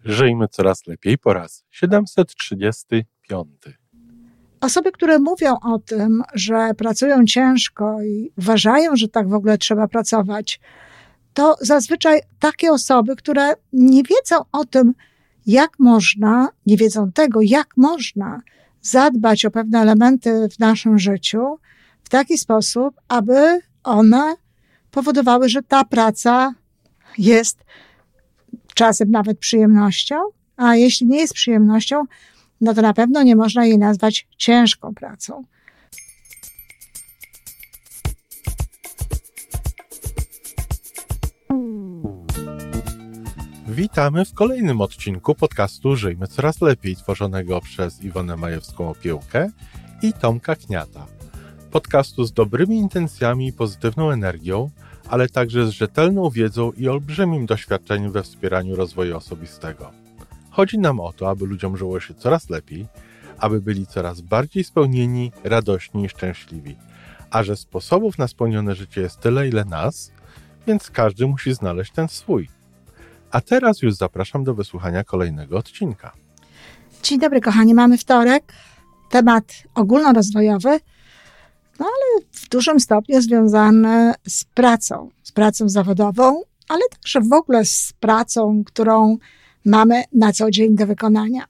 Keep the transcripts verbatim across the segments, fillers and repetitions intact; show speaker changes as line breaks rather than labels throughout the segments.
Żyjmy coraz lepiej po raz siedemset trzydziesty piąty.
Osoby, które mówią o tym, że pracują ciężko i uważają, że tak w ogóle trzeba pracować, to zazwyczaj takie osoby, które nie wiedzą o tym, jak można, nie wiedzą tego, jak można zadbać o pewne elementy w naszym życiu w taki sposób, aby one powodowały, że ta praca jest czasem nawet przyjemnością, a jeśli nie jest przyjemnością, no to na pewno nie można jej nazwać ciężką pracą.
Witamy w kolejnym odcinku podcastu Żyjmy Coraz Lepiej, tworzonego przez Iwonę Majewską-Opiełkę i Tomka Kniata. Podcastu z dobrymi intencjami i pozytywną energią, ale także z rzetelną wiedzą i olbrzymim doświadczeniem we wspieraniu rozwoju osobistego. Chodzi nam o to, aby ludziom żyło się coraz lepiej, aby byli coraz bardziej spełnieni, radośni i szczęśliwi. A że sposobów na spełnione życie jest tyle, ile nas, więc każdy musi znaleźć ten swój. A teraz już zapraszam do wysłuchania kolejnego odcinka.
Dzień dobry, kochani. Mamy wtorek. Temat ogólnorozwojowy, no ale w dużym stopniu związany z pracą, z pracą zawodową, ale także w ogóle z pracą, którą mamy na co dzień do wykonania.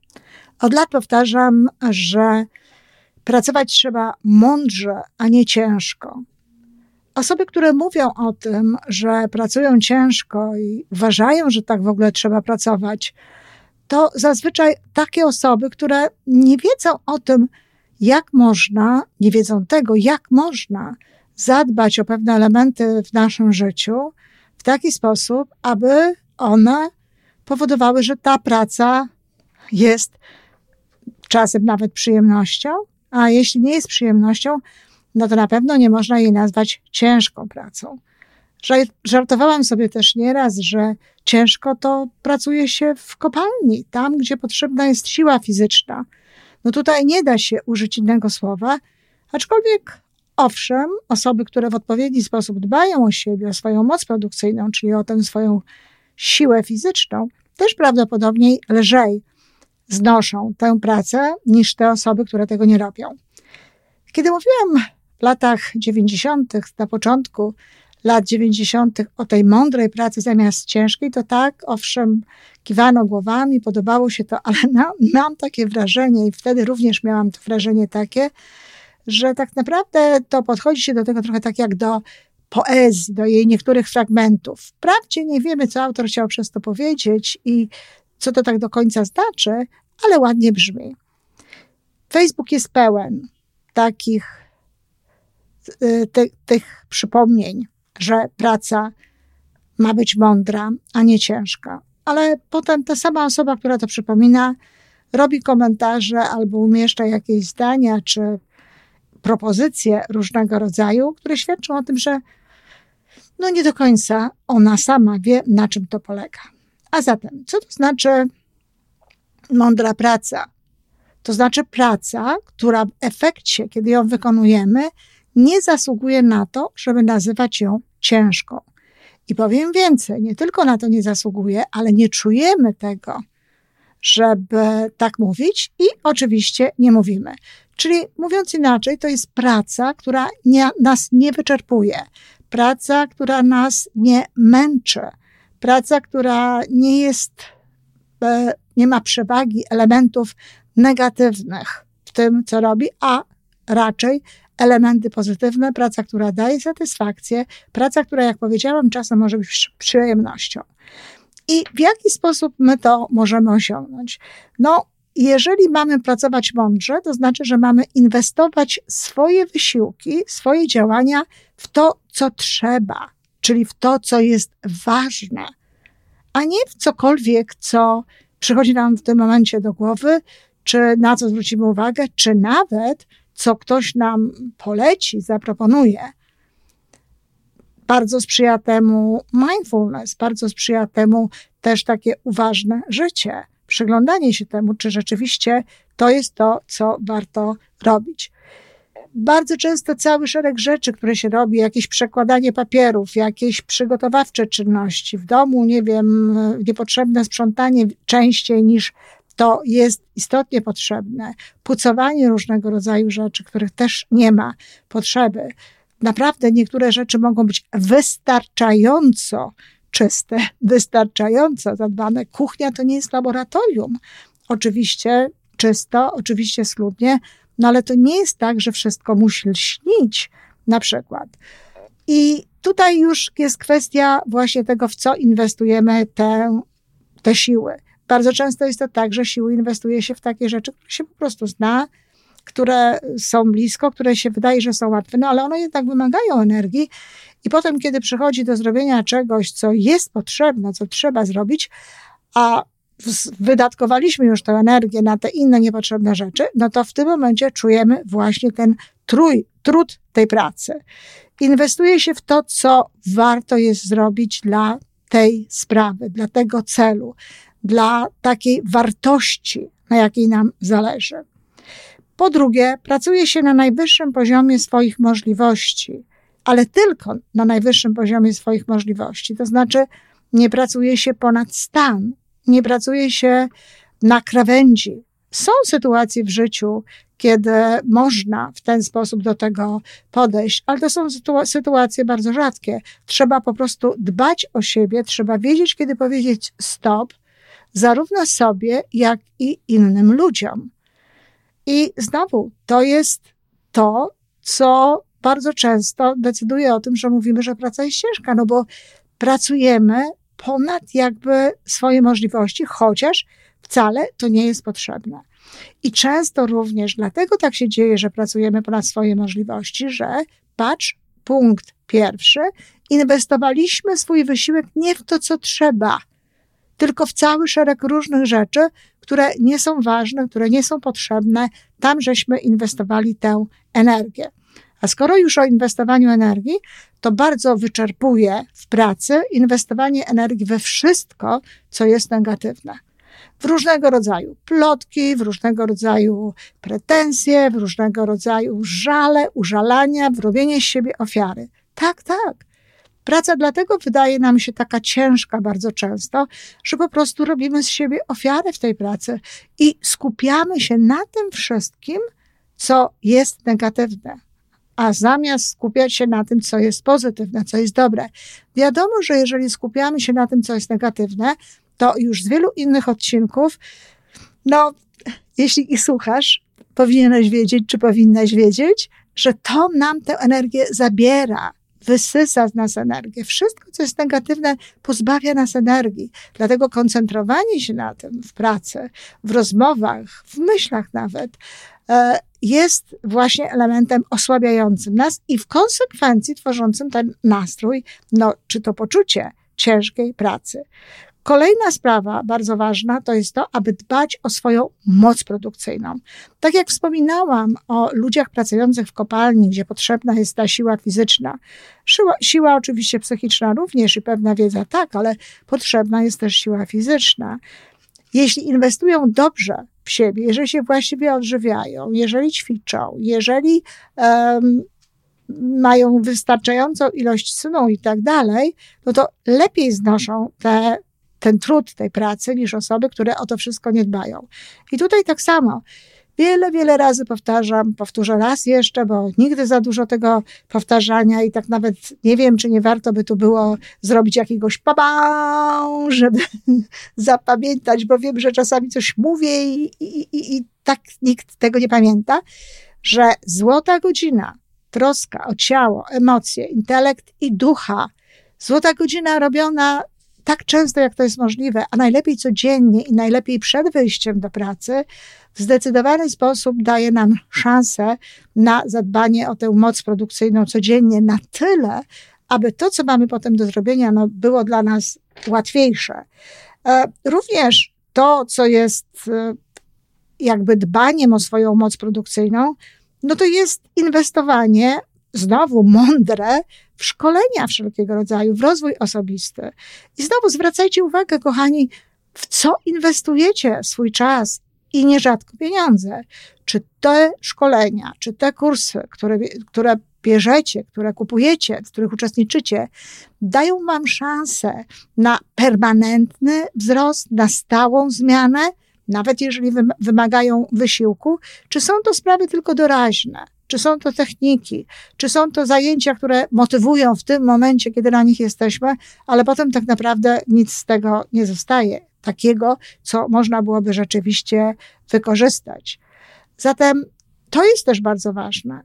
Od lat powtarzam, że pracować trzeba mądrze, a nie ciężko. Osoby, które mówią o tym, że pracują ciężko i uważają, że tak w ogóle trzeba pracować, to zazwyczaj takie osoby, które nie wiedzą o tym, jak można, nie wiedzą tego, jak można zadbać o pewne elementy w naszym życiu w taki sposób, aby one powodowały, że ta praca jest czasem nawet przyjemnością, a jeśli nie jest przyjemnością, no to na pewno nie można jej nazwać ciężką pracą. Żartowałam sobie też nieraz, że ciężko to pracuje się w kopalni, tam gdzie potrzebna jest siła fizyczna. No tutaj nie da się użyć innego słowa, aczkolwiek owszem, osoby, które w odpowiedni sposób dbają o siebie, o swoją moc produkcyjną, czyli o tę swoją siłę fizyczną, też prawdopodobnie lżej znoszą tę pracę niż te osoby, które tego nie robią. Kiedy mówiłam w latach dziewięćdziesiątych, na początku lat dziewięćdziesiątych o tej mądrej pracy zamiast ciężkiej, to tak, owszem, kiwano głowami, podobało się to, ale na, mam takie wrażenie i wtedy również miałam to wrażenie takie, że tak naprawdę to podchodzi się do tego trochę tak jak do poezji, do jej niektórych fragmentów. Wprawdzie nie wiemy, co autor chciał przez to powiedzieć i co to tak do końca znaczy, ale ładnie brzmi. Facebook jest pełen takich te, tych przypomnień, że praca ma być mądra, a nie ciężka. Ale potem ta sama osoba, która to przypomina, robi komentarze albo umieszcza jakieś zdania czy propozycje różnego rodzaju, które świadczą o tym, że no nie do końca ona sama wie, na czym to polega. A zatem, co to znaczy mądra praca? To znaczy praca, która w efekcie, kiedy ją wykonujemy, nie zasługuje na to, żeby nazywać ją ciężką. I powiem więcej, nie tylko na to nie zasługuje, ale nie czujemy tego, żeby tak mówić i oczywiście nie mówimy. Czyli mówiąc inaczej, to jest praca, która nie, nas nie wyczerpuje, praca, która nas nie męczy, praca, która nie jest, nie ma przewagi elementów negatywnych w tym, co robi, a raczej elementy pozytywne, praca, która daje satysfakcję, praca, która, jak powiedziałam, czasem może być przyjemnością. I w jaki sposób my to możemy osiągnąć? No, jeżeli mamy pracować mądrze, to znaczy, że mamy inwestować swoje wysiłki, swoje działania w to, co trzeba, czyli w to, co jest ważne, a nie w cokolwiek, co przychodzi nam w tym momencie do głowy, czy na co zwrócimy uwagę, czy nawet co ktoś nam poleci, zaproponuje. Bardzo sprzyja temu mindfulness, bardzo sprzyja temu też takie uważne życie, przyglądanie się temu, czy rzeczywiście to jest to, co warto robić. Bardzo często cały szereg rzeczy, które się robi, jakieś przekładanie papierów, jakieś przygotowawcze czynności w domu, nie wiem, niepotrzebne sprzątanie częściej niż to jest istotnie potrzebne, pucowanie różnego rodzaju rzeczy, których też nie ma potrzeby. Naprawdę niektóre rzeczy mogą być wystarczająco czyste, wystarczająco zadbane. Kuchnia to nie jest laboratorium. Oczywiście czysto, oczywiście schludnie, no ale to nie jest tak, że wszystko musi lśnić, na przykład. I tutaj już jest kwestia właśnie tego, w co inwestujemy te, te siły. Bardzo często jest to tak, że siły inwestuje się w takie rzeczy, które się po prostu zna, które są blisko, które się wydaje, że są łatwe, no ale one jednak wymagają energii i potem, kiedy przychodzi do zrobienia czegoś, co jest potrzebne, co trzeba zrobić, a wydatkowaliśmy już tę energię na te inne niepotrzebne rzeczy, no to w tym momencie czujemy właśnie ten trój, trud tej pracy. Inwestuje się w to, co warto jest zrobić dla tej sprawy, dla tego celu, dla takiej wartości, na jakiej nam zależy. Po drugie, pracuje się na najwyższym poziomie swoich możliwości, ale tylko na najwyższym poziomie swoich możliwości. To znaczy nie pracuje się ponad stan, nie pracuje się na krawędzi. Są sytuacje w życiu, kiedy można w ten sposób do tego podejść, ale to są sytu- sytuacje bardzo rzadkie. Trzeba po prostu dbać o siebie, trzeba wiedzieć, kiedy powiedzieć stop, zarówno sobie, jak i innym ludziom. I znowu, to jest to, co bardzo często decyduje o tym, że mówimy, że praca jest ciężka, no bo pracujemy ponad jakby swoje możliwości, chociaż wcale to nie jest potrzebne. I często również dlatego tak się dzieje, że pracujemy ponad swoje możliwości, że patrz, punkt pierwszy, inwestowaliśmy swój wysiłek nie w to, co trzeba, tylko w cały szereg różnych rzeczy, które nie są ważne, które nie są potrzebne. Tam żeśmy inwestowali tę energię. A skoro już o inwestowaniu energii, to bardzo wyczerpuje w pracy inwestowanie energii we wszystko, co jest negatywne. W różnego rodzaju plotki, w różnego rodzaju pretensje, w różnego rodzaju żale, użalania, w robienie z siebie ofiary. Tak, tak. Praca dlatego wydaje nam się taka ciężka bardzo często, że po prostu robimy z siebie ofiarę w tej pracy i skupiamy się na tym wszystkim, co jest negatywne. A zamiast skupiać się na tym, co jest pozytywne, co jest dobre. Wiadomo, że jeżeli skupiamy się na tym, co jest negatywne, to już z wielu innych odcinków, no, jeśli ich słuchasz, powinieneś wiedzieć, czy powinnaś wiedzieć, że to nam tę energię zabiera, wysysa z nas energię. Wszystko, co jest negatywne, pozbawia nas energii. Dlatego koncentrowanie się na tym w pracy, w rozmowach, w myślach nawet, jest właśnie elementem osłabiającym nas i w konsekwencji tworzącym ten nastrój, no, czy to poczucie ciężkiej pracy. Kolejna sprawa bardzo ważna to jest to, aby dbać o swoją moc produkcyjną. Tak jak wspominałam o ludziach pracujących w kopalni, gdzie potrzebna jest ta siła fizyczna, siła, siła oczywiście psychiczna również i pewna wiedza tak, ale potrzebna jest też siła fizyczna. Jeśli inwestują dobrze w siebie, jeżeli się właściwie odżywiają, jeżeli ćwiczą, jeżeli um, mają wystarczającą ilość snu i tak dalej, no to lepiej znoszą te ten trud tej pracy niż osoby, które o to wszystko nie dbają. I tutaj tak samo. Wiele, wiele razy powtarzam, powtórzę raz jeszcze, bo nigdy za dużo tego powtarzania i tak nawet nie wiem, czy nie warto by tu było zrobić jakiegoś pabam, żeby zapamiętać, bo wiem, że czasami coś mówię i, i, i, i tak nikt tego nie pamięta, że złota godzina, troska o ciało, emocje, intelekt i ducha, złota godzina robiona tak często, jak to jest możliwe, a najlepiej codziennie i najlepiej przed wyjściem do pracy, w zdecydowany sposób daje nam szansę na zadbanie o tę moc produkcyjną codziennie na tyle, aby to, co mamy potem do zrobienia, no, było dla nas łatwiejsze. Również to, co jest jakby dbaniem o swoją moc produkcyjną, no to jest inwestowanie, znowu mądre, w szkolenia wszelkiego rodzaju, w rozwój osobisty. I znowu zwracajcie uwagę, kochani, w co inwestujecie swój czas i nierzadko pieniądze. Czy te szkolenia, czy te kursy, które, które bierzecie, które kupujecie, w których uczestniczycie, dają wam szansę na permanentny wzrost, na stałą zmianę, nawet jeżeli wymagają wysiłku, czy są to sprawy tylko doraźne, czy są to techniki, czy są to zajęcia, które motywują w tym momencie, kiedy na nich jesteśmy, ale potem tak naprawdę nic z tego nie zostaje, takiego, co można byłoby rzeczywiście wykorzystać. Zatem to jest też bardzo ważne.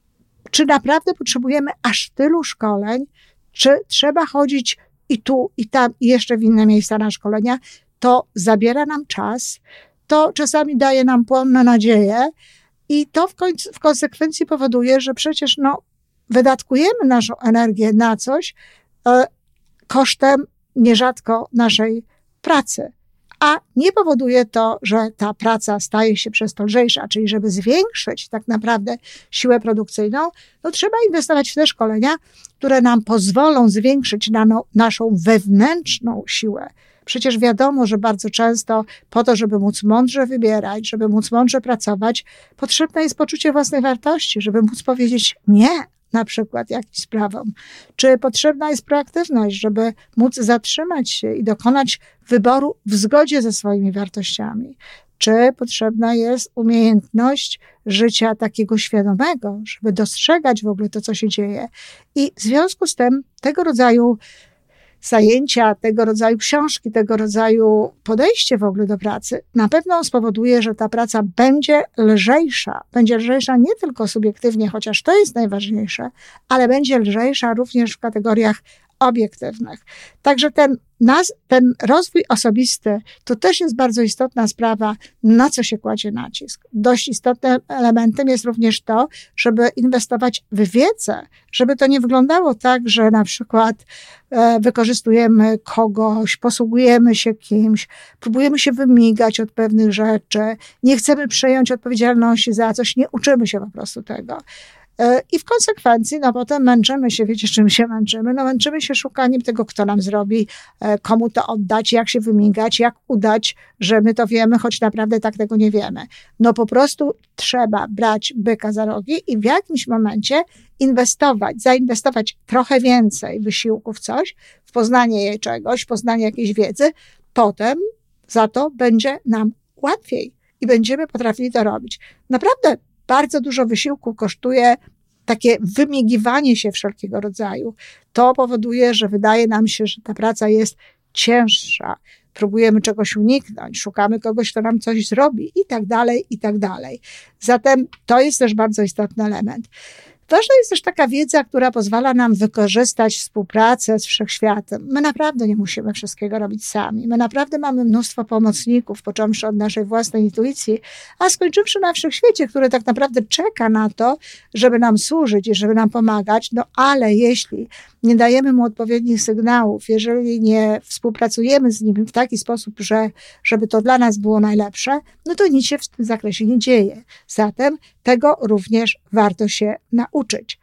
Czy naprawdę potrzebujemy aż tylu szkoleń, czy trzeba chodzić i tu, i tam, i jeszcze w inne miejsca na szkolenia? To zabiera nam czas, to czasami daje nam płonne nadzieje i to w, końcu, w konsekwencji powoduje, że przecież no, wydatkujemy naszą energię na coś e, kosztem nierzadko naszej pracy. A nie powoduje to, że ta praca staje się przez to lżejsza, czyli żeby zwiększyć tak naprawdę siłę produkcyjną, to trzeba inwestować w te szkolenia, które nam pozwolą zwiększyć nano, naszą wewnętrzną siłę. Przecież wiadomo, że bardzo często po to, żeby móc mądrze wybierać, żeby móc mądrze pracować, potrzebne jest poczucie własnej wartości, żeby móc powiedzieć nie na przykład jakimś sprawom. Czy potrzebna jest proaktywność, żeby móc zatrzymać się i dokonać wyboru w zgodzie ze swoimi wartościami? Czy potrzebna jest umiejętność życia takiego świadomego, żeby dostrzegać w ogóle to, co się dzieje? I w związku z tym tego rodzaju zajęcia, tego rodzaju książki, tego rodzaju podejście w ogóle do pracy na pewno spowoduje, że ta praca będzie lżejsza. Będzie lżejsza nie tylko subiektywnie, chociaż to jest najważniejsze, ale będzie lżejsza również w kategoriach obiektywnych. Także ten, nas, ten rozwój osobisty to też jest bardzo istotna sprawa, na co się kładzie nacisk. Dość istotnym elementem jest również to, żeby inwestować w wiedzę, żeby to nie wyglądało tak, że na przykład e, wykorzystujemy kogoś, posługujemy się kimś, próbujemy się wymigać od pewnych rzeczy, nie chcemy przejąć odpowiedzialności za coś, nie uczymy się po prostu tego. I w konsekwencji, no potem męczymy się, wiecie, czym się męczymy? No męczymy się szukaniem tego, kto nam zrobi, komu to oddać, jak się wymigać, jak udać, że my to wiemy, choć naprawdę tak tego nie wiemy. No po prostu trzeba brać byka za rogi i w jakimś momencie inwestować, zainwestować trochę więcej wysiłku w coś, w poznanie jej czegoś, w poznanie jakiejś wiedzy, potem za to będzie nam łatwiej i będziemy potrafili to robić. Naprawdę bardzo dużo wysiłku kosztuje takie wymigiwanie się wszelkiego rodzaju. To powoduje, że wydaje nam się, że ta praca jest cięższa. Próbujemy czegoś uniknąć, szukamy kogoś, kto nam coś zrobi i tak dalej, i tak dalej. Zatem to jest też bardzo istotny element. Ważna jest też taka wiedza, która pozwala nam wykorzystać współpracę z wszechświatem. My naprawdę nie musimy wszystkiego robić sami. My naprawdę mamy mnóstwo pomocników, począwszy od naszej własnej intuicji, a skończywszy na wszechświecie, który tak naprawdę czeka na to, żeby nam służyć i żeby nam pomagać. No ale jeśli nie dajemy mu odpowiednich sygnałów, jeżeli nie współpracujemy z nim w taki sposób, że, żeby to dla nas było najlepsze, no to nic się w tym zakresie nie dzieje. Zatem tego również warto się nauczyć.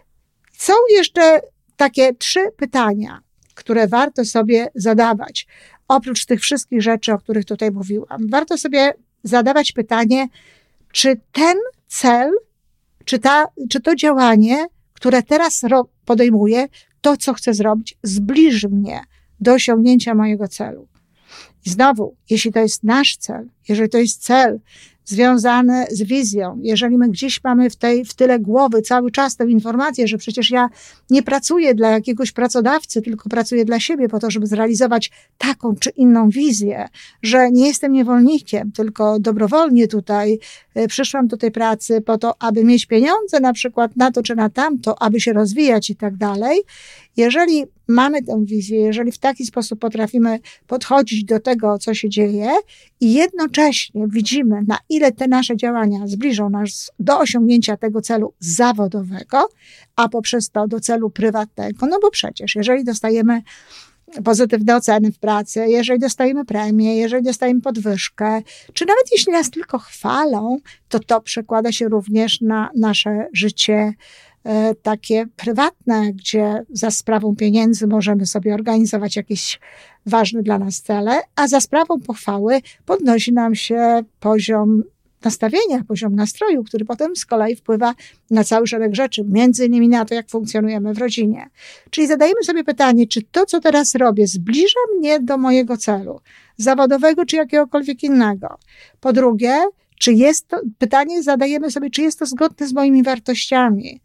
Są jeszcze takie trzy pytania, które warto sobie zadawać. Oprócz tych wszystkich rzeczy, o których tutaj mówiłam, warto sobie zadawać pytanie, czy ten cel, czy, ta, czy to działanie, które teraz podejmuję, to, co chcę zrobić, zbliży mnie do osiągnięcia mojego celu. I znowu, jeśli to jest nasz cel, jeżeli to jest cel związany z wizją, jeżeli my gdzieś mamy w tej, w tyle głowy cały czas tę informację, że przecież ja nie pracuję dla jakiegoś pracodawcy, tylko pracuję dla siebie po to, żeby zrealizować taką czy inną wizję, że nie jestem niewolnikiem, tylko dobrowolnie tutaj przyszłam do tej pracy po to, aby mieć pieniądze na przykład na to czy na tamto, aby się rozwijać i tak dalej. Jeżeli mamy tę wizję, jeżeli w taki sposób potrafimy podchodzić do tego, co się dzieje i jednocześnie widzimy, na ile te nasze działania zbliżą nas do osiągnięcia tego celu zawodowego, a poprzez to do celu prywatnego, no bo przecież jeżeli dostajemy pozytywne oceny w pracy, jeżeli dostajemy premię, jeżeli dostajemy podwyżkę, czy nawet jeśli nas tylko chwalą, to to przekłada się również na nasze życie e, takie prywatne, gdzie za sprawą pieniędzy możemy sobie organizować jakieś ważne dla nas cele, a za sprawą pochwały podnosi nam się poziom nastawienia, poziom nastroju, który potem z kolei wpływa na cały szereg rzeczy, między innymi na to, jak funkcjonujemy w rodzinie. Czyli zadajemy sobie pytanie, czy to, co teraz robię, zbliża mnie do mojego celu zawodowego, czy jakiegokolwiek innego. Po drugie, czy jest to, pytanie zadajemy sobie, czy jest to zgodne z moimi wartościami.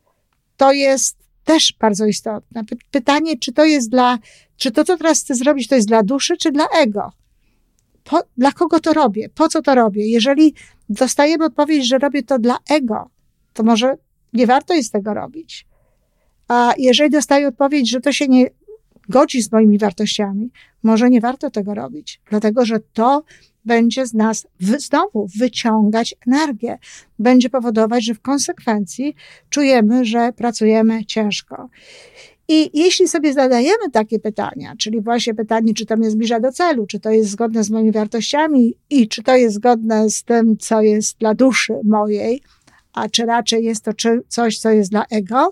To jest też bardzo istotne. Pytanie, czy to jest dla, czy to, co teraz chcę zrobić, to jest dla duszy, czy dla ego. Po, dla kogo to robię? Po co to robię? Jeżeli dostajemy odpowiedź, że robię to dla ego, to może nie warto jest tego robić. A jeżeli dostaję odpowiedź, że to się nie godzi z moimi wartościami, może nie warto tego robić, dlatego że to będzie z nas wy, znowu wyciągać energię. Będzie powodować, że w konsekwencji czujemy, że pracujemy ciężko. I jeśli sobie zadajemy takie pytania, czyli właśnie pytanie, czy to mnie zbliża do celu, czy to jest zgodne z moimi wartościami i czy to jest zgodne z tym, co jest dla duszy mojej, a czy raczej jest to czy, coś, co jest dla ego,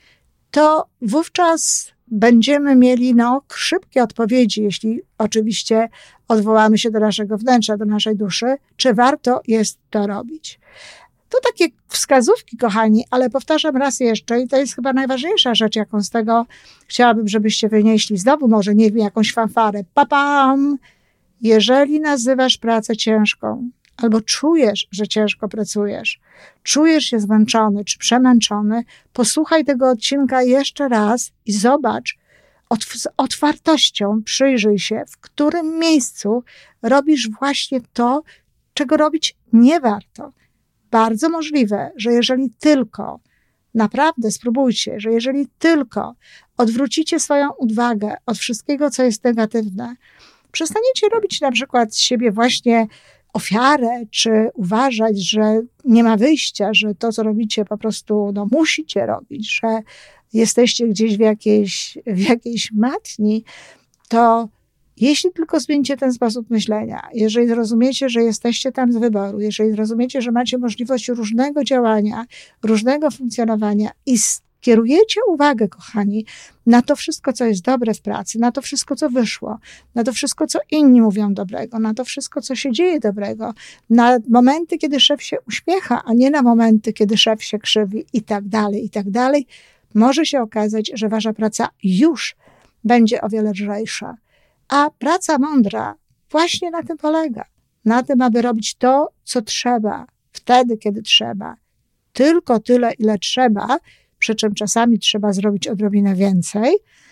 to wówczas będziemy mieli no, szybkie odpowiedzi, jeśli oczywiście odwołamy się do naszego wnętrza, do naszej duszy, czy warto jest to robić. To takie wskazówki, kochani, ale powtarzam raz jeszcze i to jest chyba najważniejsza rzecz, jaką z tego chciałabym, żebyście wynieśli. Znowu może, nie wiem, jakąś fanfarę. Pa-pam! Jeżeli nazywasz pracę ciężką, albo czujesz, że ciężko pracujesz, czujesz się zmęczony czy przemęczony, posłuchaj tego odcinka jeszcze raz i zobacz, z otwartością przyjrzyj się, w którym miejscu robisz właśnie to, czego robić nie warto. Bardzo możliwe, że jeżeli tylko, naprawdę spróbujcie, że jeżeli tylko odwrócicie swoją uwagę od wszystkiego, co jest negatywne, przestaniecie robić na przykład z siebie właśnie ofiarę, czy uważać, że nie ma wyjścia, że to, co robicie, po prostu no, musicie robić, że jesteście gdzieś w jakiejś, w jakiejś matni, to jeśli tylko zmienicie ten sposób myślenia, jeżeli zrozumiecie, że jesteście tam z wyboru, jeżeli zrozumiecie, że macie możliwość różnego działania, różnego funkcjonowania i skierujecie uwagę, kochani, na to wszystko, co jest dobre w pracy, na to wszystko, co wyszło, na to wszystko, co inni mówią dobrego, na to wszystko, co się dzieje dobrego, na momenty, kiedy szef się uśmiecha, a nie na momenty, kiedy szef się krzywi i tak dalej, i tak dalej, może się okazać, że wasza praca już będzie o wiele lżejsza. A praca mądra właśnie na tym polega. Na tym, aby robić to, co trzeba, wtedy, kiedy trzeba. Tylko tyle, ile trzeba, przy czym czasami trzeba zrobić odrobinę więcej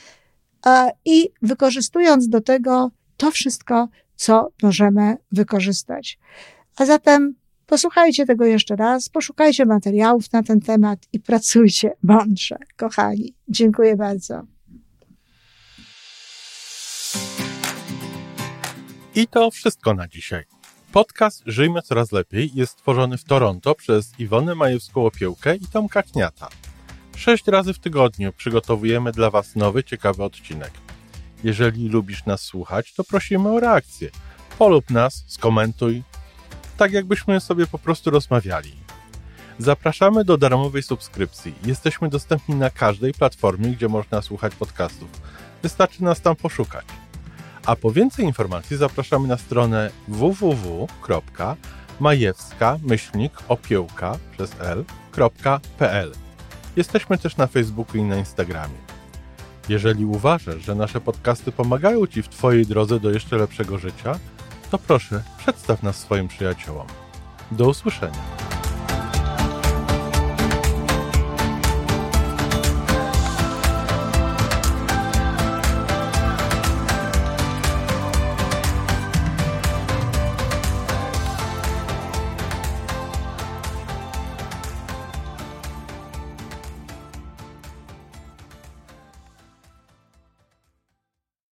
i wykorzystując do tego to wszystko, co możemy wykorzystać. A zatem posłuchajcie tego jeszcze raz, poszukajcie materiałów na ten temat i pracujcie mądrze, kochani. Dziękuję bardzo.
I to wszystko na dzisiaj. Podcast Żyjmy Coraz Lepiej jest stworzony w Toronto przez Iwonę Majewską-Opiełkę i Tomka Kniata. Sześć razy w tygodniu przygotowujemy dla Was nowy, ciekawy odcinek. Jeżeli lubisz nas słuchać, to prosimy o reakcję. Polub nas, skomentuj, tak jakbyśmy sobie po prostu rozmawiali. Zapraszamy do darmowej subskrypcji. Jesteśmy dostępni na każdej platformie, gdzie można słuchać podcastów. Wystarczy nas tam poszukać. A po więcej informacji zapraszamy na stronę w w w kropka majewska myślnik opiełka przez l kropka p l. Jesteśmy też na Facebooku i na Instagramie. Jeżeli uważasz, że nasze podcasty pomagają Ci w Twojej drodze do jeszcze lepszego życia, to proszę, przedstaw nas swoim przyjaciołom. Do usłyszenia.